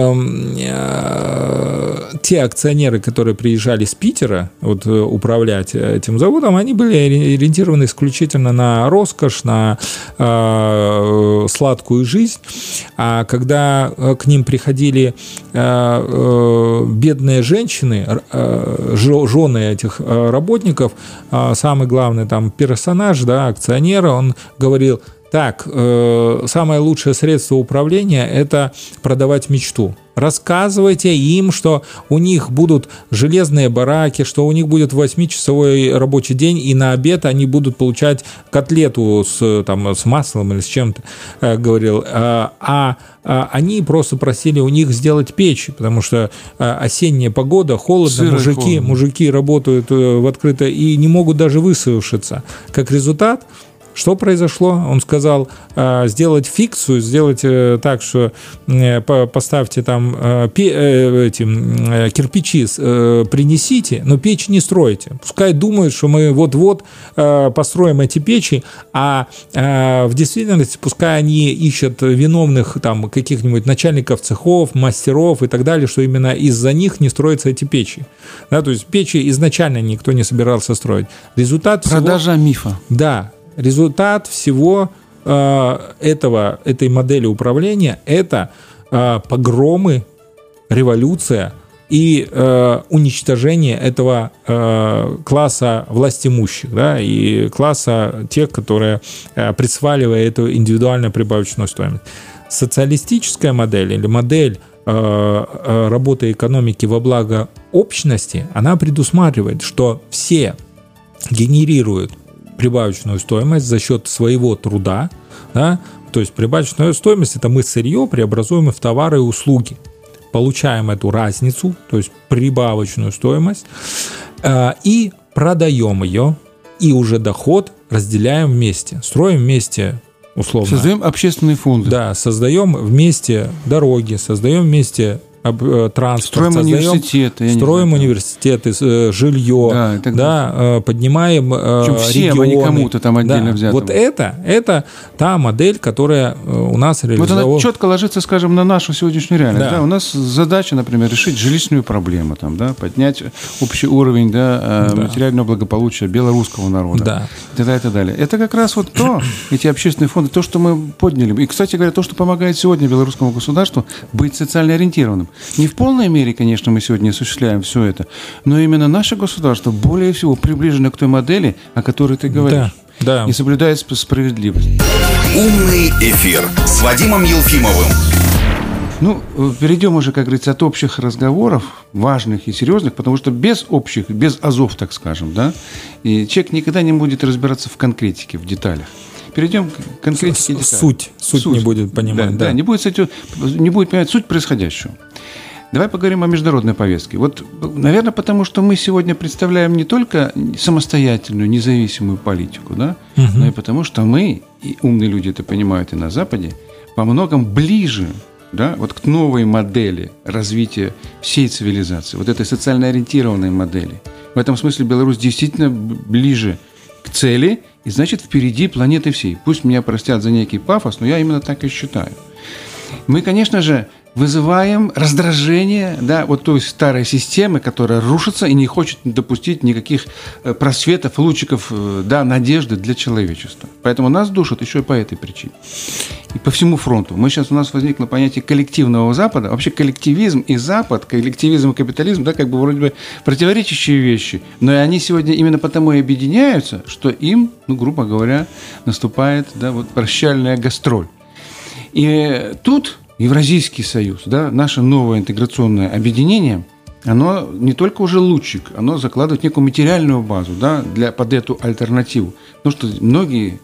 те акционеры, которые приезжали с Питера управлять этим заводом, они были ориентированы исключительно на роскошь, на сладкую жизнь, а когда к ним приходили бедные женщины, жены этих работников, самый главный там персонаж, да, акционера, он говорил: так, самое лучшее средство управления – это продавать мечту. Рассказывайте им, что у них будут железные бараки, что у них будет 8-часовой рабочий день, и на обед они будут получать котлету с маслом или с чем-то, говорил. Они просто просили у них сделать печь, потому что осенняя погода, холодно, мужики работают в открыто и не могут даже высушиться. Как результат, что произошло? Он сказал сделать фикцию, сделать так, что поставьте там кирпичи, принесите, но печь не стройте. Пускай думают, что мы вот-вот построим эти печи, а в действительности пускай они ищут виновных там каких-нибудь начальников цехов, мастеров и так далее, что именно из-за них не строятся эти печи. Да, то есть печи изначально никто не собирался строить. Результат продажа мифа. Да. Результат всего этой модели управления – это погромы, революция и уничтожение этого класса властимущих, да, и класса тех, которые присваивают эту индивидуальную прибавочную стоимость. Социалистическая модель или модель работы экономики во благо общности, она предусматривает, что все генерируют прибавочную стоимость за счет своего труда, да? То есть прибавочная стоимость – это мы сырье преобразуем в товары и услуги, получаем эту разницу, то есть прибавочную стоимость, и продаем ее, и уже доход разделяем вместе, строим вместе, условно. Создаем общественные фонды. Да, создаем вместе дороги, создаем вместе транспорт, строим университеты, жилье, да, поднимаем регионы. А не кому-то там отдельно взятым. Вот это та модель, которая у нас реализовалась. Вот она четко ложится, скажем, на нашу сегодняшнюю реальность. Да. Да, у нас задача, например, решить жилищную проблему, там, да, поднять общий уровень, да, материального благополучия белорусского народа. Да. И так далее, и так далее. Это как раз вот эти общественные фонды, то, что мы подняли. И, кстати говоря, то, что помогает сегодня белорусскому государству быть социально ориентированным. Не в полной мере, конечно, мы сегодня осуществляем все это, но именно наше государство более всего приближено к той модели, о которой ты говоришь. Да. И соблюдает справедливость. Умный эфир с Вадимом Елфимовым. Ну, перейдем уже, как говорится, от общих разговоров, важных и серьезных, потому что без общих, без азов, так скажем, да, и человек никогда не будет разбираться в конкретике, в деталях. Перейдем к конкретике. Суть не будет понимать. Да, не будет понимать суть происходящего. Давай поговорим о международной повестке. Вот, наверное, потому что мы сегодня представляем не только самостоятельную, независимую политику, да, но и потому что мы, и умные люди это понимают и на Западе, во многом ближе, да, вот к новой модели развития всей цивилизации, вот этой социально ориентированной модели. В этом смысле Беларусь действительно ближе к цели и, значит, впереди планеты всей. Пусть меня простят за некий пафос, но я именно так и считаю. Мы, конечно же, вызываем раздражение, да, вот той старой системы, которая рушится и не хочет допустить никаких просветов, лучиков, да, надежды для человечества. Поэтому нас душат еще и по этой причине. И по всему фронту. У нас возникло понятие коллективного Запада. Вообще коллективизм и Запад, коллективизм и капитализм, да, как бы вроде бы противоречащие вещи. Но и они сегодня именно потому и объединяются, что им, ну, грубо говоря, наступает, да, вот прощальная гастроль. И тут Евразийский союз, да, наше новое интеграционное объединение, оно не только уже лучик, оно закладывает некую материальную базу, да, под эту альтернативу. Потому что многие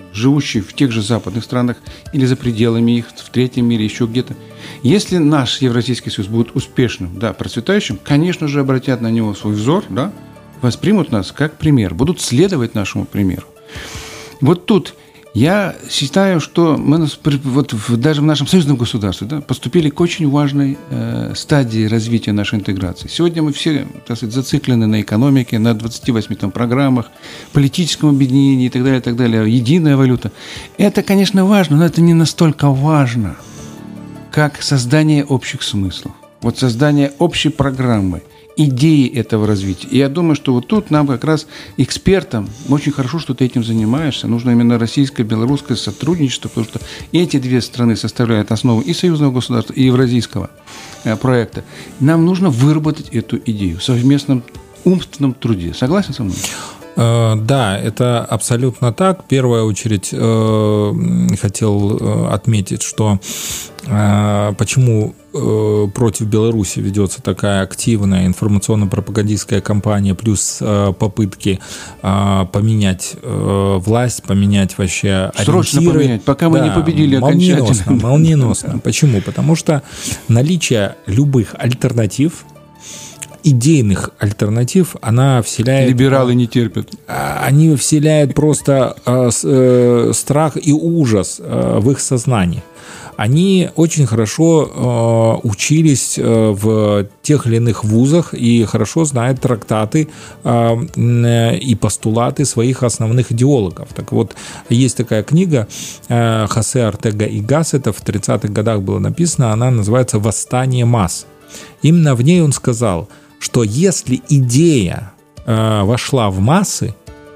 живущие в тех же западных странах или за пределами их, в третьем мире, еще где-то, если наш Евразийский союз будет успешным, да, процветающим, конечно же, обратят на него свой взор, да, воспримут нас как пример, будут следовать нашему примеру. Вот тут я считаю, что мы вот даже в нашем союзном государстве, да, поступили к очень важной стадии развития нашей интеграции. Сегодня мы все, так сказать, зациклены на экономике, на 28 там, программах, политическом объединении и так далее, единая валюта. Это, конечно, важно, но это не настолько важно, как создание общих смыслов, вот создание общей программы, идеи этого развития. И я думаю, что вот тут нам как раз экспертам очень хорошо, что ты этим занимаешься. Нужно именно российско-белорусское сотрудничество, потому что эти две страны составляют основу и союзного государства, и евразийского проекта. Нам нужно выработать эту идею в совместном умственном труде. Согласен со мной? Да, это абсолютно так. В первую очередь хотел отметить, что почему против Беларуси ведется такая активная информационно-пропагандистская кампания, плюс попытки поменять власть, поменять вообще ориентиры. Срочно поменять, пока мы не победили окончательно. Молниеносно. Почему? Потому что наличие любых альтернатив, идейных альтернатив, она вселяет... Либералы не терпят. Они вселяют просто страх и ужас в их сознании. Они очень хорошо учились в тех или иных вузах и хорошо знают трактаты и постулаты своих основных идеологов. Так вот, есть такая книга Хосе Ортега и Гассета, в 30-х годах было написано, она называется «Восстание масс». Именно в ней он сказал, что если идея вошла в массы,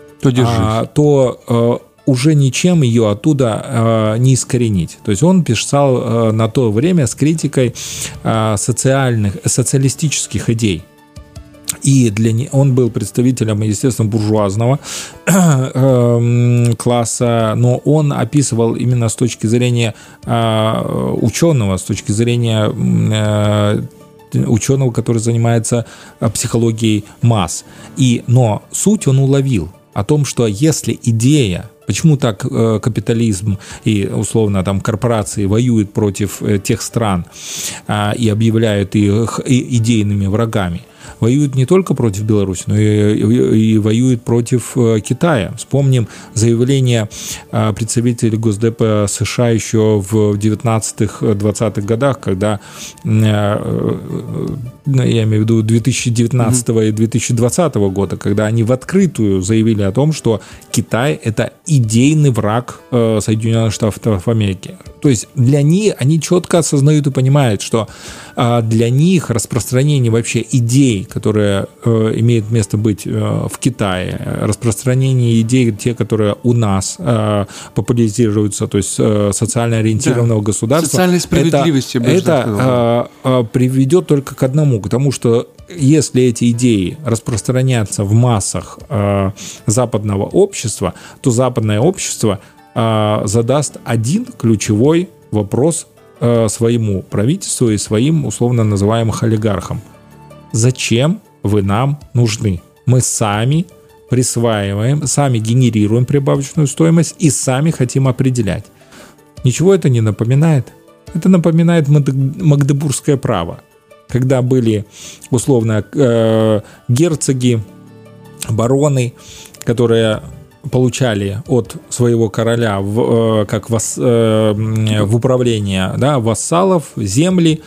то уже ничем ее оттуда не искоренить. То есть он писал на то время с критикой социалистических идей. И он был представителем, естественно, буржуазного класса, но он описывал именно с точки зрения ученого, с точки зрения ученого, который занимается психологией масс. Но суть он уловил о том, что если идея, почему так капитализм и, условно, там, корпорации воюют против тех стран и объявляют их идейными врагами, воюют не только против Беларуси, но и воюют против Китая. Вспомним заявление представителей Госдепа США еще в 19-20-х годах, когда, я имею в виду 2019 и 2020 года, когда они в открытую заявили о том, что Китай – это идейный враг Соединенных Штатов Америки. То есть для них, они четко осознают и понимают, что для них распространение вообще идей, которые имеют место быть в Китае, распространение идей, те, которые у нас популяризируются, то есть социально ориентированного государства, социальной справедливости, это приведет только к одному, к тому, что если эти идеи распространятся в массах западного общества, то западное общество задаст один ключевой вопрос своему правительству и своим условно называемым олигархам. Зачем вы нам нужны? Мы сами присваиваем, сами генерируем прибавочную стоимость и сами хотим определять. Ничего это не напоминает? Это напоминает Магдебургское право, когда были условно герцоги, бароны, которые получали от своего короля в управление, да, вассалов, земли,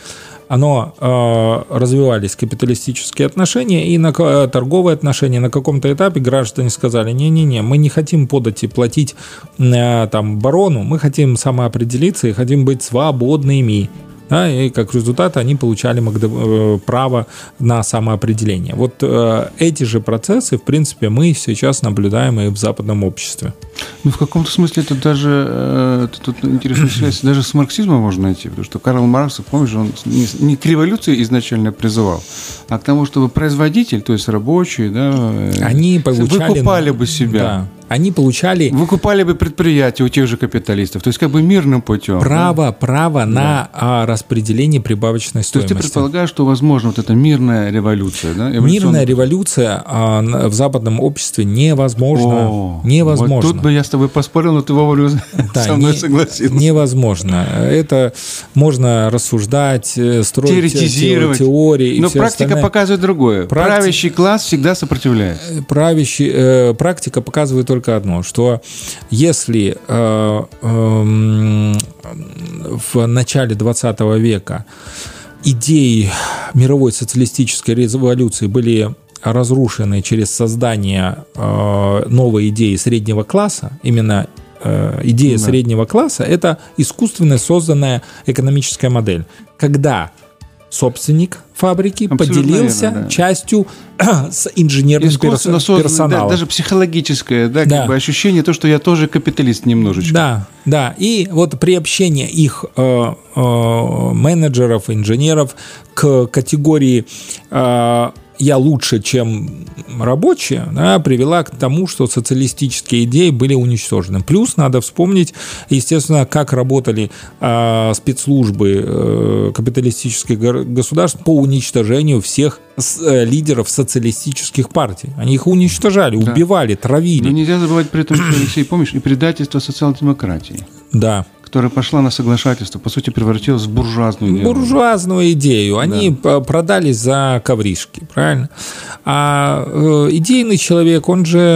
развивались капиталистические отношения и торговые отношения. На каком-то этапе граждане сказали: не-не-не, мы не хотим подати платить там барону, мы хотим самоопределиться и хотим быть свободными. Да, и как результат они получали право на самоопределение. Вот эти же процессы, в принципе, мы сейчас наблюдаем и в западном обществе. Ну, в каком-то смысле это даже, тут интересная связь, даже с марксизмом можно найти, потому что Карл Маркс, помнишь, он не к революции изначально призывал, а к тому, чтобы производитель, то есть рабочие, да, они выкупали бы себя. Да. Они выкупали бы предприятия у тех же капиталистов, то есть как бы мирным путем. Право на распределение прибавочной стоимости. То есть ты предполагаешь, что возможно вот эта мирная революция, да? Мирная революция в западном обществе невозможна. Невозможно. Вот бы я с тобой поспорил, но ты вовремя со мной согласился. Невозможно. Это можно рассуждать, строить теории. Но практика показывает другое. Правящий класс всегда сопротивляется. Практика показывает только одно, что если в начале 20 века идеи мировой социалистической революции были разрушены через создание новой идеи среднего класса, именно идея среднего класса – это искусственно созданная экономическая модель, когда собственник фабрики поделился частью с инженерным персоналом. Даже психологическое ощущение, то, что я тоже капиталист немножечко. Да. И вот приобщение их менеджеров, инженеров к категории «я лучше, чем рабочие», привела к тому, что социалистические идеи были уничтожены. Плюс надо вспомнить, естественно, как работали спецслужбы капиталистических государств по уничтожению всех лидеров социалистических партий. Они их уничтожали, убивали, травили. Но нельзя забывать при этом, что, Алексей, помнишь, и предательство социал-демократии. Да. Которая пошла на соглашательство, по сути, превратилась в буржуазную идею. Буржуазную идею. Они продались за ковришки, правильно? А идейный человек, он же,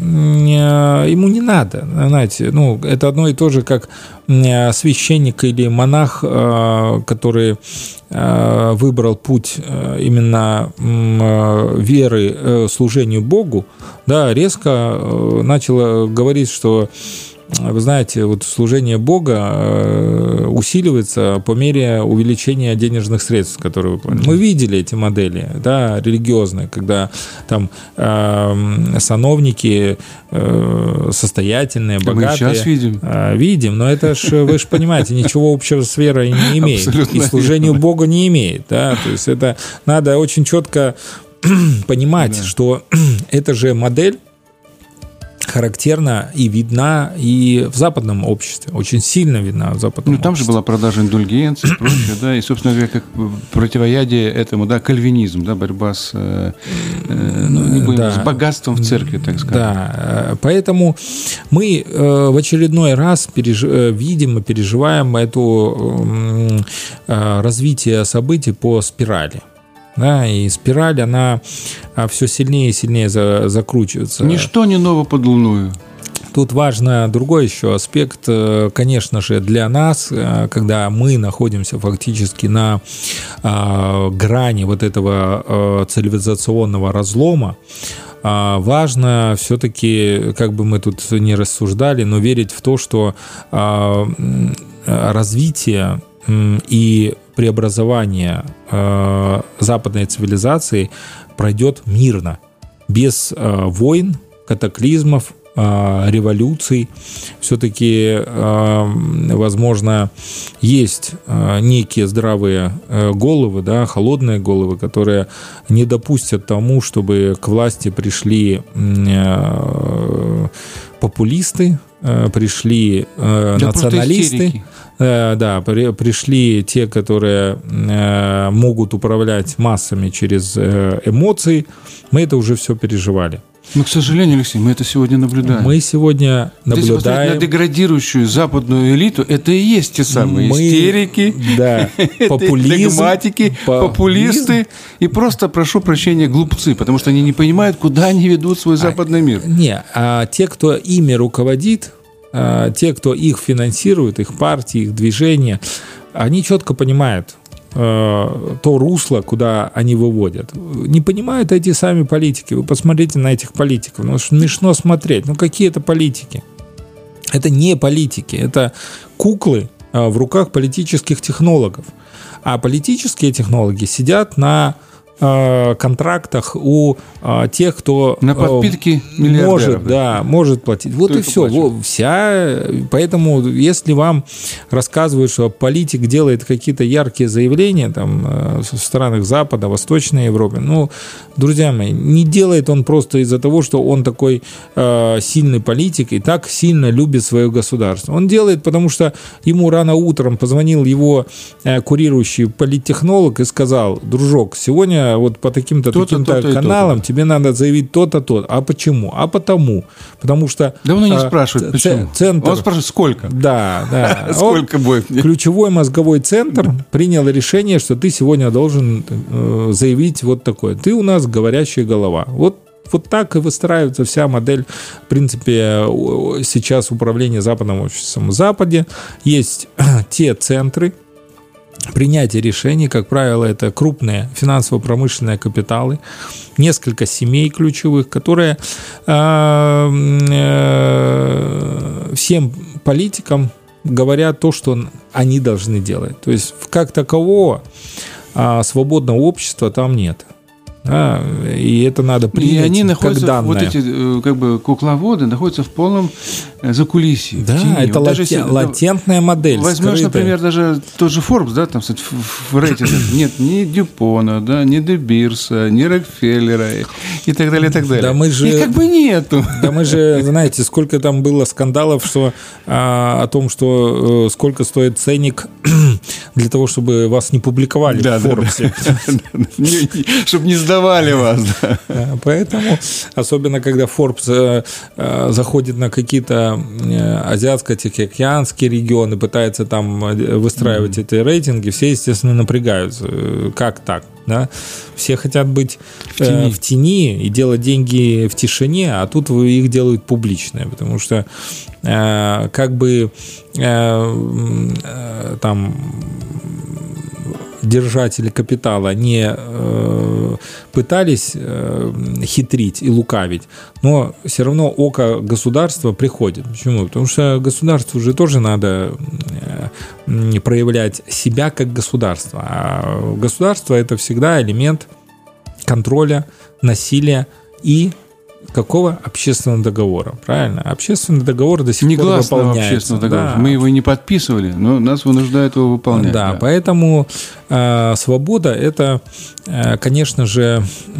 ему не надо, знаете, это одно и то же, как священник или монах, который выбрал путь именно веры служению Богу, резко начал говорить, что вы знаете, вот служение Бога усиливается по мере увеличения денежных средств, которые выполняют. Мы видели эти модели, религиозные, когда там сановники состоятельные, богатые. Мы сейчас видим. Видим, но это ж, вы же понимаете, ничего общего с верой не имеет. Абсолютно. И служению Богу не имеет. То есть это надо очень четко понимать, что это же модель характерна и видна и в западном обществе, очень сильно видна в западном обществе. Там же была продажа индульгенций и прочее, и, собственно говоря, как противоядие этому, кальвинизм, борьба с богатством в церкви, так сказать. Да, поэтому мы в очередной раз видим и переживаем это развитие событий по спирали. И спираль, она все сильнее и сильнее закручивается. Ничто не ново под луною. Тут важно другой еще аспект, конечно же, для нас, когда мы находимся фактически на грани вот этого цивилизационного разлома, важно все-таки, как бы мы тут не рассуждали, но верить в то, что развитие и преобразование западной цивилизации пройдет мирно, без войн, катаклизмов, революций. Все-таки, возможно, есть некие здравые головы, холодные головы, которые не допустят тому, чтобы к власти пришли популисты, пришли националисты. Пришли те, которые могут управлять массами через эмоции. Мы это уже все переживали. Но, к сожалению, Алексей, мы это сегодня наблюдаем. Мы сегодня наблюдаем... Если посмотреть на деградирующую западную элиту, это и есть те самые истерики, догматики, популисты и просто, прошу прощения, глупцы, потому что они не понимают, куда они ведут свой западный мир. А те, кто ими руководит, те, кто их финансирует, их партии, их движения, они четко понимают то русло, куда они выводят. Не понимают эти сами политики. Вы посмотрите на этих политиков. Смешно смотреть. Какие это политики? Это не политики. Это куклы в руках политических технологов. А политические технологи сидят на контрактах у тех, кто на подпитке может платить. Вот кто и все. Поэтому, если вам рассказывают, что политик делает какие-то яркие заявления в странах Запада, Восточной Европы, друзья мои, не делает он просто из-за того, что он такой сильный политик и так сильно любит свое государство. Он делает, потому что ему рано утром позвонил его курирующий политтехнолог и сказал: дружок, сегодня тебе вот по таким-то, таким-то каналам тебе надо заявить то-то, то-то. А почему? А потому. Потому что... Да он и не спрашивает, почему. Центр... Он спрашивает, сколько. Да. Сколько будет? Ключевой мозговой центр принял решение, что ты сегодня должен заявить вот такое. Ты у нас говорящая голова. Вот так и выстраивается вся модель, в принципе, сейчас управления западным обществом. В Западе есть те центры принятия решений, как правило, это крупные финансово-промышленные капиталы, несколько семей ключевых, которые всем политикам говорят то, что они должны делать. То есть, как такового свободного общества там нет. И это надо принять. И они находятся, вот эти как бы кукловоды находятся в полном закулисье. Да, это латентная модель. Возьмешь, например, даже тот же Forbes, да, там, кстати, в рейтингах нет ни Дюпона, да, ни Де Бирса, ни Рокфеллера и так далее, и так далее. Да мы же, и как бы нету. Да мы же, знаете, сколько там было скандалов, что о том, что сколько стоит ценник для того, чтобы вас не публиковали в Форбсе. Чтобы не сдавали вас. Поэтому, особенно когда Forbes заходит на какие-то азиатско-тихоокеанские регионы, пытается там выстраивать эти рейтинги, все, естественно, напрягаются. Как так? Да? Все хотят быть в тени и делать деньги в тишине, а тут их делают публичные, потому что как бы там держатели капитала не пытались хитрить и лукавить, но все равно око государства приходит. Почему? Потому что государству же тоже надо проявлять себя как государство. А государство – это всегда элемент контроля, насилия и какого? Общественного договора. Правильно? Общественный договор до сих пор выполняется. Да. Мы его не подписывали, но нас вынуждают его выполнять. Да. Поэтому свобода – это, конечно же,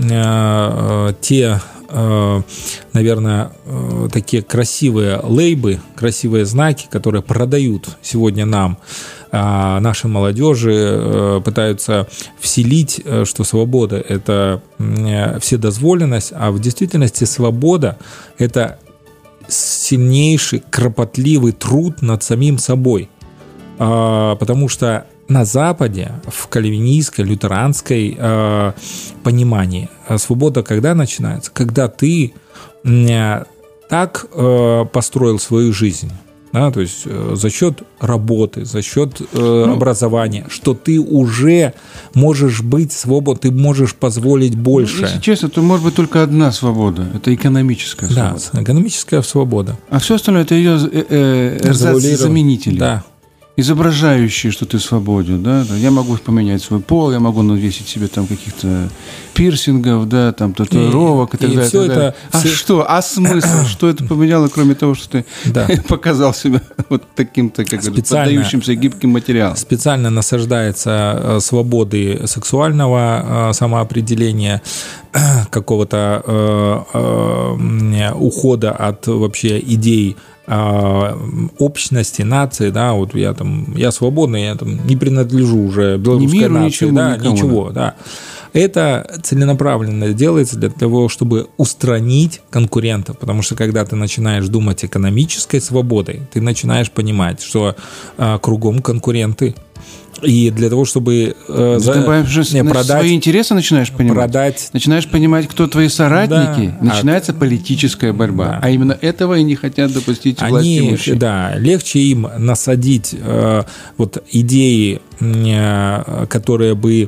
те, наверное, такие красивые лейбы, красивые знаки, которые продают сегодня нам, нашей молодежи, пытаются вселить, что свобода – это вседозволенность, а в действительности свобода – это сильнейший, кропотливый труд над самим собой. Потому что на Западе, в кальвинистской, лютеранской понимании, свобода когда начинается? Когда ты так построил свою жизнь, да, то есть за счет работы, за счет образования, что ты уже можешь быть свободным, ты можешь позволить больше. Если честно, то может быть только одна свобода. Это экономическая свобода. Да, экономическая свобода. А все остальное – это ее эрзац-заменители. Да. Изображающие, что ты свободен, да, я могу поменять свой пол, я могу навесить себе там каких-то пирсингов, да, там татуировок и так далее. Все это, что? А смысл? Что это поменяло, кроме того, что ты показал себя вот таким-то, как поддающимся гибким материалом? Специально насаждается свободы сексуального самоопределения, какого-то ухода от вообще идей общности, нации, да, вот я свободный, я там не принадлежу уже белорусской нации, да, ничего, да. Это целенаправленно делается для того, чтобы устранить конкурентов, потому что когда ты начинаешь думать экономической свободой, ты начинаешь понимать, что кругом конкуренты. И для того, чтобы продать свои интересы, начинаешь понимать. Начинаешь понимать, кто твои соратники, начинается политическая борьба. Да. А именно этого и не хотят допустить власти имущие. Да, легче им насадить вот идеи, которые бы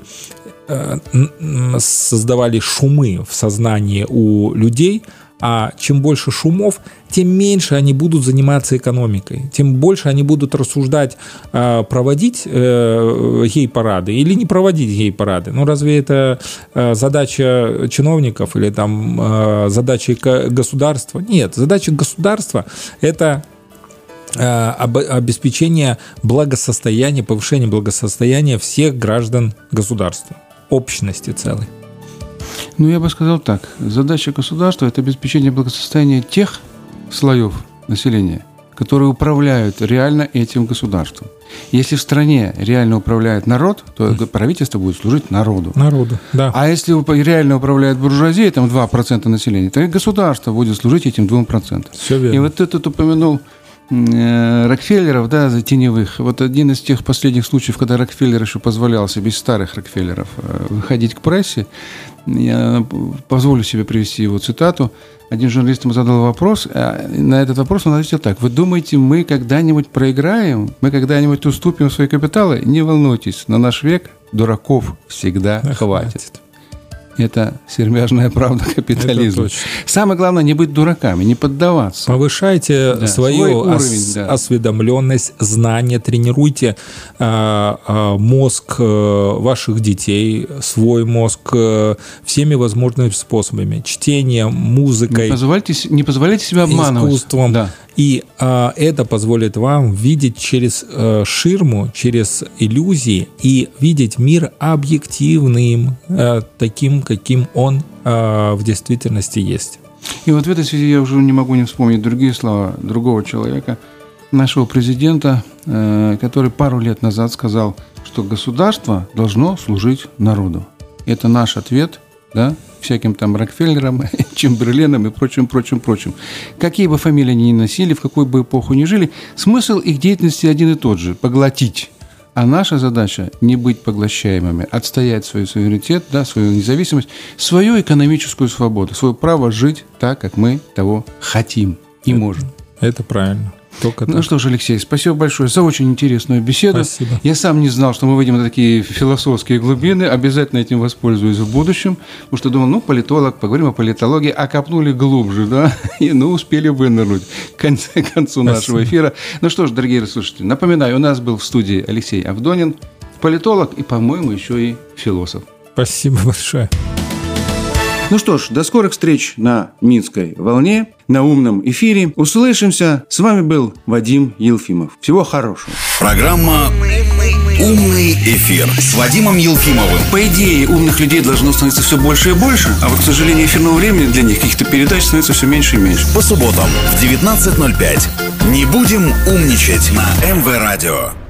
создавали шумы в сознании у людей. А чем больше шумов, тем меньше они будут заниматься экономикой, тем больше они будут рассуждать, проводить гей-парады или не проводить гей-парады. Ну, разве это задача чиновников или там задача государства? Нет, задача государства – это обеспечение благосостояния, повышение благосостояния всех граждан государства, общности целой. Ну, я бы сказал так. Задача государства – это обеспечение благосостояния тех слоев населения, которые управляют реально этим государством. Если в стране реально управляет народ, то правительство будет служить народу. Народу, да. А если реально управляет буржуазия, там 2% населения, то и государство будет служить этим 2%. Все верно. И вот ты тут упомянул Рокфеллеров, да, теневых. Вот один из тех последних случаев, когда Рокфеллер еще позволял себе, из старых Рокфеллеров, выходить к прессе, я позволю себе привести его цитату. Один журналист ему задал вопрос, а на этот вопрос он ответил так: вы думаете, мы когда-нибудь проиграем? Мы когда-нибудь уступим свои капиталы? Не волнуйтесь, на наш век дураков всегда хватит. Это сермяжная правда капитализма. Самое главное, не быть дураками, не поддаваться. Повышайте свою уровень, осведомленность, знания, тренируйте мозг ваших детей, свой мозг всеми возможными способами. Чтением, музыкой. Не позволяйте себя обманывать. Искусством. Да. И это позволит вам видеть через ширму, через иллюзии и видеть мир объективным, таким, каким он в действительности есть. И вот в этой связи я уже не могу не вспомнить другие слова другого человека, нашего президента, который пару лет назад сказал, что государство должно служить народу. Это наш ответ, да, всяким там Рокфеллерам, Чемберленам и прочим. Какие бы фамилии они ни носили, в какой бы эпоху ни жили, смысл их деятельности один и тот же – поглотить. А наша задача – не быть поглощаемыми, отстоять свой суверенитет, да, свою независимость, свою экономическую свободу, свое право жить так, как мы того хотим и можем. Это правильно. Ну что ж, Алексей, спасибо большое за очень интересную беседу. Спасибо. Я сам не знал, что мы выйдем на такие философские глубины. Обязательно этим воспользуюсь в будущем. Потому что думал, политолог, поговорим о политологии, а копнули глубже, да, и успели вынырнуть к концу нашего эфира. Ну что ж, дорогие слушатели, напоминаю, у нас был в студии Алексей Авдонин, политолог и, по-моему, еще и философ. Спасибо большое. Ну что ж, до скорых встреч на Минской волне, на умном эфире. Услышимся. С вами был Вадим Елфимов. Всего хорошего. Программа «Умный эфир» с Вадимом Елфимовым. По идее, умных людей должно становиться все больше и больше, а вот, к сожалению, эфирного времени для них, каких-то передач, становится все меньше и меньше. По субботам в 19:05. Не будем умничать на МВ Радио.